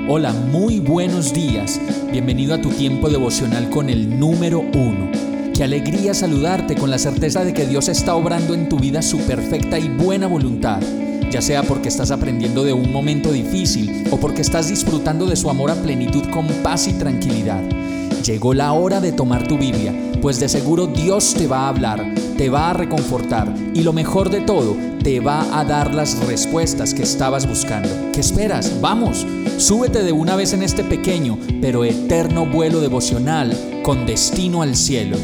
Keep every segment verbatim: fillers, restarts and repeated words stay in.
Hola, muy buenos días. Bienvenido a tu tiempo devocional con el número uno. Qué alegría saludarte con la certeza de que Dios está obrando en tu vida su perfecta y buena voluntad, ya sea porque estás aprendiendo de un momento difícil o porque estás disfrutando de su amor a plenitud con paz y tranquilidad. Llegó la hora de tomar tu Biblia, pues de seguro Dios te va a hablar, te va a reconfortar y lo mejor de todo, te va a dar las respuestas que estabas buscando. ¿Qué esperas? ¡Vamos! Súbete de una vez en este pequeño pero eterno vuelo devocional con destino al cielo.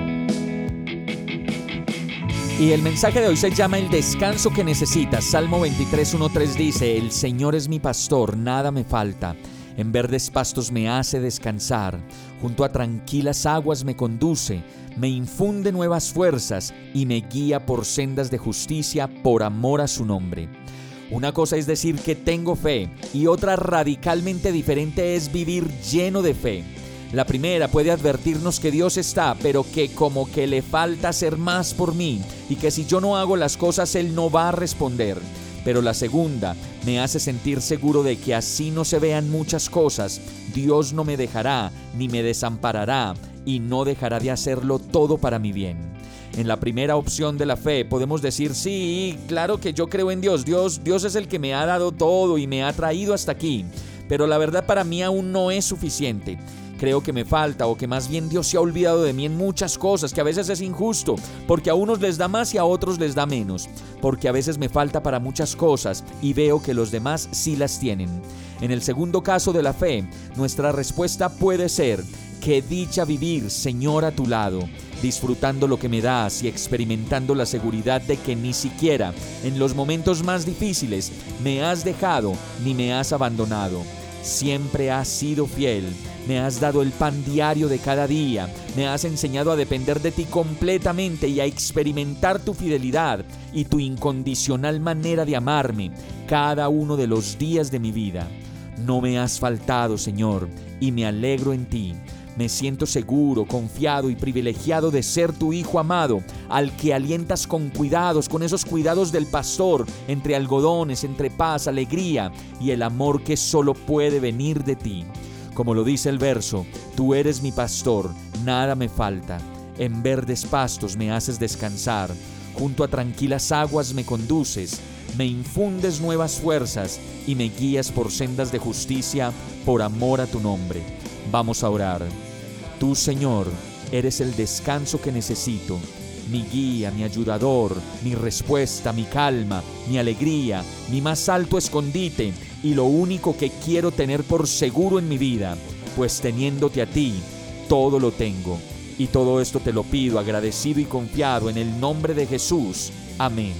Y el mensaje de hoy se llama El descanso que necesitas. Salmo veintitrés, uno, tres dice: El Señor es mi pastor, nada me falta. En verdes pastos me hace descansar, junto a tranquilas aguas me conduce, me infunde nuevas fuerzas y me guía por sendas de justicia por amor a su nombre. Una cosa es decir que tengo fe y otra radicalmente diferente es vivir lleno de fe. La primera puede advertirnos que Dios está, pero que como que le falta hacer más por mí y que si yo no hago las cosas Él no va a responder. Pero la segunda me hace sentir seguro de que así no se vean muchas cosas, Dios no me dejará ni me desamparará y no dejará de hacerlo todo para mi bien. En la primera opción de la fe podemos decir: sí, claro que yo creo en Dios, Dios, Dios es el que me ha dado todo y me ha traído hasta aquí, pero la verdad para mí aún no es suficiente. Creo que me falta, o que más bien Dios se ha olvidado de mí en muchas cosas, que a veces es injusto, porque a unos les da más y a otros les da menos, porque a veces me falta para muchas cosas y veo que los demás sí las tienen. En el segundo caso de la fe, nuestra respuesta puede ser: qué dicha vivir, Señor, a tu lado, disfrutando lo que me das y experimentando la seguridad de que ni siquiera en los momentos más difíciles me has dejado ni me has abandonado. Siempre has sido fiel, me has dado el pan diario de cada día, me has enseñado a depender de ti completamente y a experimentar tu fidelidad y tu incondicional manera de amarme cada uno de los días de mi vida. No me has faltado, Señor, y me alegro en ti. Me siento seguro, confiado y privilegiado de ser tu hijo amado, al que alientas con cuidados, con esos cuidados del pastor, entre algodones, entre paz, alegría y el amor que solo puede venir de ti. Como lo dice el verso: tú eres mi pastor, nada me falta. En verdes pastos me haces descansar, junto a tranquilas aguas me conduces, me infundes nuevas fuerzas y me guías por sendas de justicia por amor a tu nombre. Vamos a orar. Tú, Señor, eres el descanso que necesito, mi guía, mi ayudador, mi respuesta, mi calma, mi alegría, mi más alto escondite y lo único que quiero tener por seguro en mi vida, pues teniéndote a ti, todo lo tengo. Y todo esto te lo pido agradecido y confiado en el nombre de Jesús. Amén.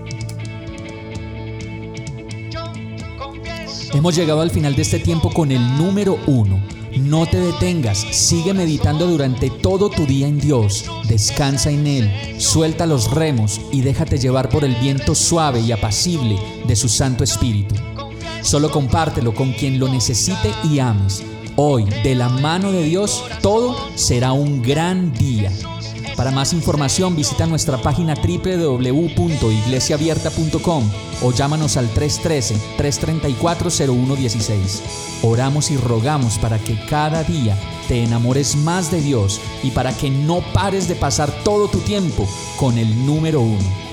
Hemos llegado al final de este tiempo con el número uno. No te detengas, sigue meditando durante todo tu día en Dios, descansa en Él, suelta los remos y déjate llevar por el viento suave y apacible de su Santo Espíritu. Solo compártelo con quien lo necesite y ames. Hoy, de la mano de Dios, todo será un gran día. Para más información visita nuestra página doble u doble u doble u punto iglesia abierta punto com o llámanos al tres uno tres, tres tres cuatro, cero uno uno seis. Oramos y rogamos para que cada día te enamores más de Dios y para que no pares de pasar todo tu tiempo con el número uno.